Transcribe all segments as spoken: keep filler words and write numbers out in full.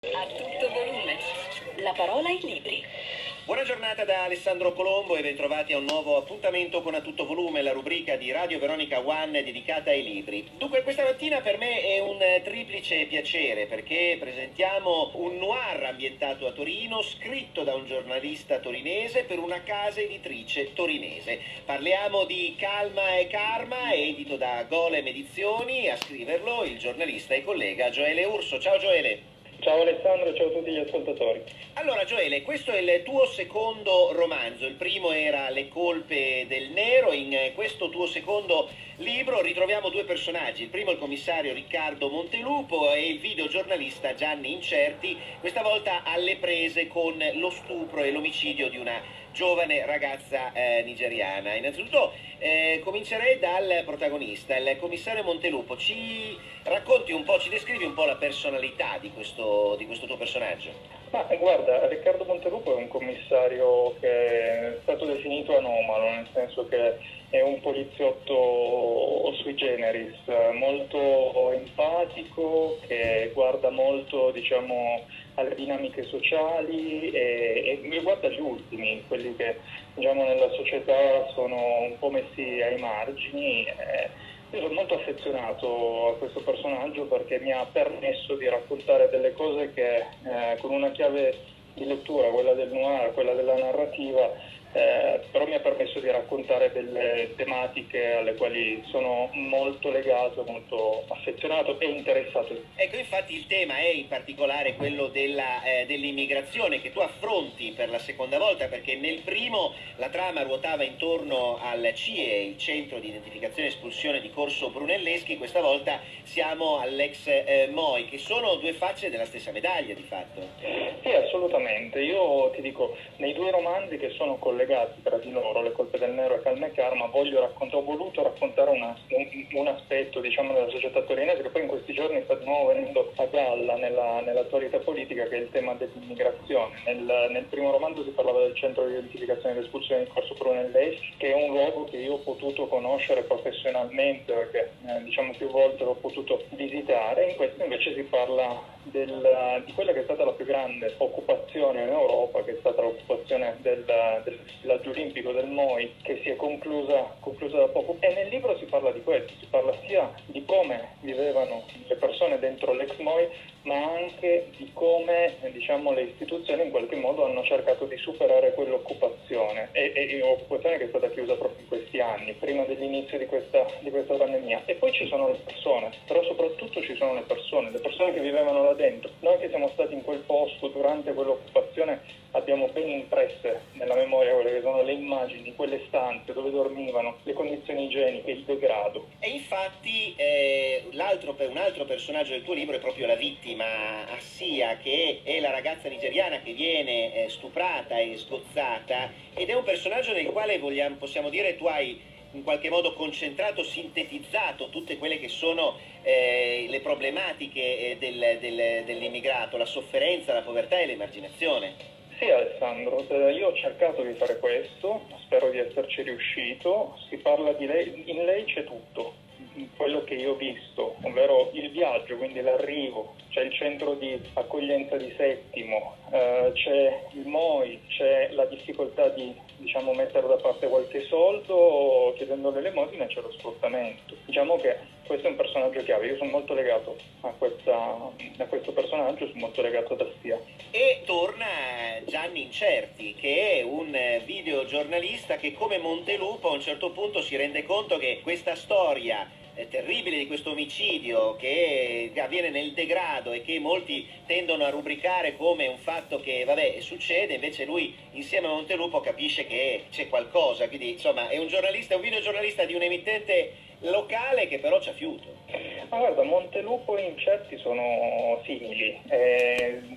A tutto volume. La parola ai libri. Buona giornata da Alessandro Colombo e bentrovati a un nuovo appuntamento con A Tutto Volume, la rubrica di Radio Veronica One dedicata ai libri. Dunque, questa mattina per me è un triplice piacere perché presentiamo un noir ambientato a Torino, scritto da un giornalista torinese per una casa editrice torinese. Parliamo di Calma e Karma, edito da Golem Edizioni, a scriverlo il giornalista e collega Gioele Urso. Ciao Gioele! Ciao Alessandro, ciao a tutti gli ascoltatori. Allora Gioele, questo è il tuo secondo romanzo, il primo era Le colpe del nero, in questo tuo secondo libro ritroviamo due personaggi, il primo il commissario Riccardo Montelupo e il videogiornalista Gianni Incerti, questa volta alle prese con lo stupro e l'omicidio di una giovane ragazza eh, nigeriana. Innanzitutto eh, comincerei dal protagonista, il commissario Montelupo. Ci racconti un po', ci descrivi un po' la personalità di questo, di questo tuo personaggio? Ma guarda, Riccardo Montelupo è un commissario che è stato definito anomalo, nel senso che è un poliziotto sui generis, molto empatico, che guarda molto, diciamo, alle dinamiche sociali e, e guarda gli ultimi, quelli che, diciamo, nella società sono un po' messi ai margini. E, io sono molto affezionato a questo personaggio perché mi ha permesso di raccontare delle cose che eh, con una chiave di lettura, quella del noir, quella della narrativa, eh, però mi ha permesso di raccontare delle tematiche alle quali sono molto legato, molto affezionato e interessato. Ecco, infatti il tema è in particolare quello della, eh, dell'immigrazione che tu affronti per la seconda volta, perché nel primo la trama ruotava intorno al C I E, il Centro di Identificazione e Espulsione di Corso Brunelleschi, questa volta siamo all'ex eh, M O I, che sono due facce della stessa medaglia di fatto. Sì, assolutamente. Io ti dico, nei due romanzi che sono collegati tra di loro, Le colpe del nero e Calma e Karma, voglio raccontare, ho voluto raccontare una, un, un aspetto, diciamo, della società torinese che poi in questi giorni sta di nuovo venendo a galla nella, nell'attualità politica, che è il tema dell'immigrazione. Nel, nel primo romanzo si parlava del centro di identificazione ed espulsione di Corso Brunelleschi, che è un luogo che io ho potuto conoscere professionalmente perché eh, diciamo più volte l'ho potuto visitare. In questo invece si parla del, di quella che è stata la più grande occupazione in Europa, che è stata l'occupazione del, del villaggio olimpico del M O I, che si è conclusa, conclusa da poco. E nel libro si parla di questo, si parla sia di come vivevano le persone dentro l'ex M O I, ma anche di come, diciamo, le istituzioni in qualche modo hanno cercato di superare quell'occupazione, e, e, e occupazione che è stata chiusa proprio in questi anni, prima dell'inizio di questa, di questa pandemia. E poi ci sono le persone, però soprattutto ci sono le persone, le persone che vivevano là dentro. Noi che siamo stati in quel posto durante quell'occupazione abbiamo ben impresse nella memoria quelle che sono le immagini di quelle stanze dove dormivano, le condizioni igieniche, il degrado. E infatti eh, l'altro, un altro personaggio del tuo libro è proprio la vittima, Assia, che è la ragazza nigeriana che viene eh, stuprata e sgozzata, ed è un personaggio nel quale vogliamo, possiamo dire tu hai in qualche modo concentrato, sintetizzato tutte quelle che sono eh, le problematiche eh, del, del, dell'immigrato, la sofferenza, la povertà e l'emarginazione. Sì Alessandro, eh, io ho cercato di fare questo, spero di esserci riuscito. Si parla di lei, in lei c'è tutto, quello che io ho visto, ovvero il viaggio, quindi l'arrivo, c'è il centro di accoglienza di Settimo, eh, c'è il M O I, c'è la difficoltà di, diciamo, mettere da parte qualche soldo chiedendo l'elemosina, e c'è lo sfruttamento. Diciamo che questo è un personaggio chiave, io sono molto legato a, questa, a questo personaggio, sono molto legato ad Assia. E torna Gianni Incerti, che è un videogiornalista che come Montelupo a un certo punto si rende conto che questa storia eh, terribile di questo omicidio che avviene nel degrado e che molti tendono a rubricare come un fatto che vabbè succede, invece lui insieme a Montelupo capisce che c'è qualcosa, quindi insomma è un giornalista, è un videogiornalista di un emittente locale che però c'ha fiuto. Ma guarda, Montelupo e Incerti sono simili, eh, diciamo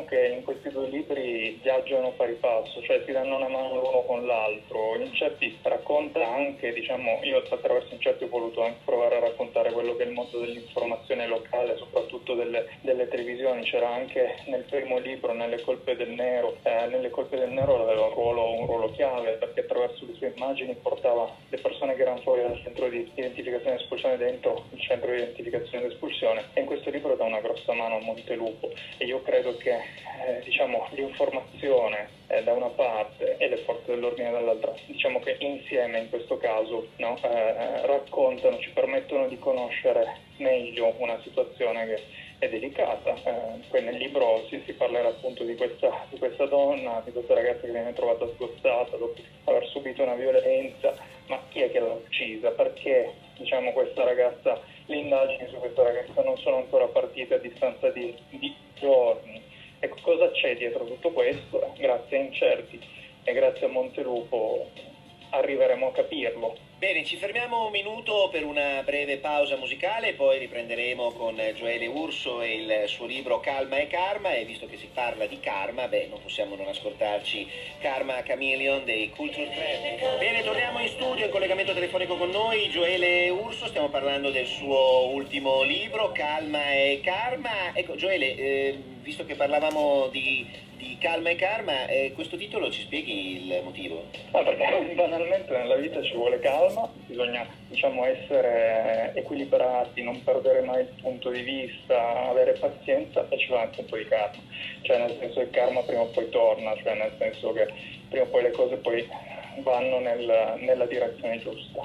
che in questi due libri viaggiano pari passo, cioè si danno una mano l'uno con l'altro. Incerti racconta anche, diciamo, io attraverso Incerti ho voluto anche provare a raccontare quello che è il mondo dell'informazione locale, soprattutto delle, delle televisioni. C'era anche nel primo libro, Nelle colpe del nero, eh, Nelle colpe del nero aveva un ruolo, un ruolo chiave, perché attraverso le sue immagini portava le persone che erano fuori dal centro di identificazione e espulsione dentro il centro di identificazione ed espulsione, e in questo libro dà una grossa mano a Montelupo. E io credo che eh, diciamo, l'informazione eh, da una parte e le forze dell'ordine dall'altra, diciamo che insieme in questo caso, no, eh, raccontano, ci permettono di conoscere meglio una situazione che è delicata. Eh, poi nel libro si, si parlerà appunto di questa, di questa donna, di questa ragazza che viene trovata sgozzata dopo aver subito una violenza. Ma chi è che l'ha uccisa? Perché, diciamo, questa ragazza, le indagini su questa ragazza non sono ancora partite a distanza di, di giorni. Ecco, cosa c'è dietro tutto questo? Grazie a Incerti e grazie a Montelupo arriveremo a capirlo. Bene, ci fermiamo un minuto per una breve pausa musicale, poi riprenderemo con Gioele Urso e il suo libro Calma e Karma, e visto che si parla di karma, beh, non possiamo non ascoltarci Karma Chameleon dei Culture Club. Bene, torniamo in studio, in collegamento telefonico con noi Gioele Urso, stiamo parlando del suo ultimo libro, Calma e Karma. Ecco, Gioele, eh, visto che parlavamo di... di Calma e Karma, eh, questo titolo ci spieghi il motivo? Ah, perché banalmente nella vita ci vuole calma, bisogna, diciamo, essere equilibrati, non perdere mai il punto di vista, avere pazienza, e ci va anche un po' di karma, cioè nel senso che il karma prima o poi torna, cioè nel senso che prima o poi le cose poi vanno nel, nella direzione giusta.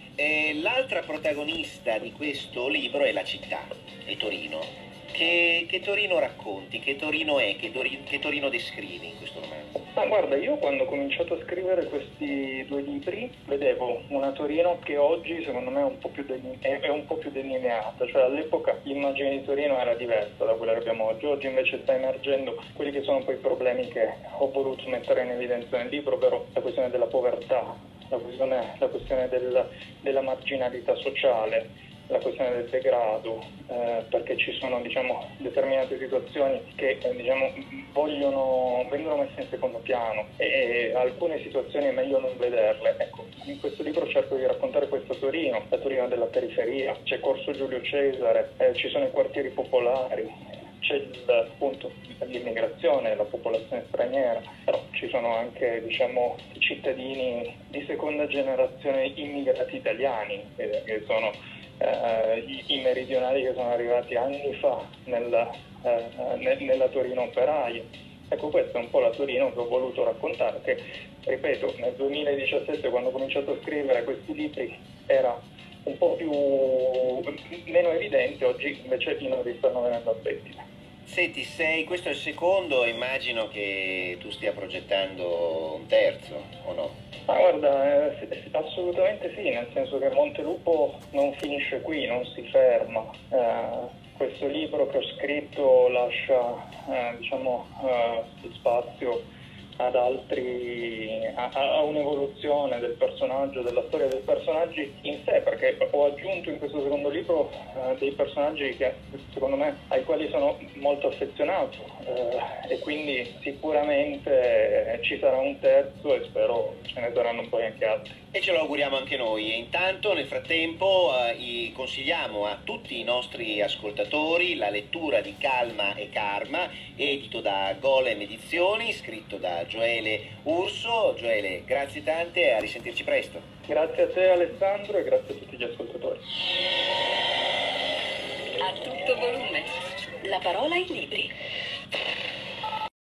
E l'altra protagonista di questo libro è la città, è Torino. Che, che Torino racconti? Che Torino è? Che, Tori, che Torino descrivi in questo romanzo? Ma guarda, io quando ho cominciato a scrivere questi due libri vedevo una Torino che oggi secondo me è un po' più, deline- è un po' più delineata, cioè all'epoca l'immagine di Torino era diversa da quella che abbiamo oggi, oggi invece sta emergendo quelli che sono poi i problemi che ho voluto mettere in evidenza nel libro, ovvero la questione della povertà, la questione, la questione del, della marginalità sociale, la questione del degrado, eh, perché ci sono, diciamo, determinate situazioni che eh, diciamo, vogliono, vengono messe in secondo piano, e, e alcune situazioni è meglio non vederle. Ecco, in questo libro cerco di raccontare questa Torino, la Torino della periferia, c'è Corso Giulio Cesare, eh, ci sono i quartieri popolari, c'è il, appunto l'immigrazione, la popolazione straniera, però ci sono anche, diciamo, i cittadini di seconda generazione immigrati italiani, eh, che sono Uh, i, i meridionali che sono arrivati anni fa nella, uh, ne, nella Torino operaia. Ecco, questa è un po' la Torino che ho voluto raccontare, che, ripeto, nel duemiladiciassette, quando ho cominciato a scrivere questi libri, era un po' più meno evidente, oggi invece i nodi stanno venendo a pettine. Senti, sei, questo è il secondo, immagino che tu stia progettando un terzo, o no? Ma guarda, eh, assolutamente sì, nel senso che Montelupo non finisce qui, non si ferma. Eh, questo libro che ho scritto lascia, eh, diciamo, eh, spazio ad altri, a, a un'evoluzione del personaggio, della storia dei personaggi in sé, perché ho aggiunto in questo secondo libro eh, dei personaggi che secondo me ai quali sono molto affezionato, eh, e quindi sicuramente eh, ci sarà un terzo e spero ce ne saranno poi anche altri. E ce lo auguriamo anche noi. E intanto, nel frattempo, eh, consigliamo a tutti i nostri ascoltatori la lettura di Calma e Karma, edito da Golem Edizioni, scritto da Gioele Urso. Gioele, grazie tante e a risentirci presto. Grazie a te Alessandro e grazie a tutti gli ascoltatori. A tutto volume. La parola ai libri.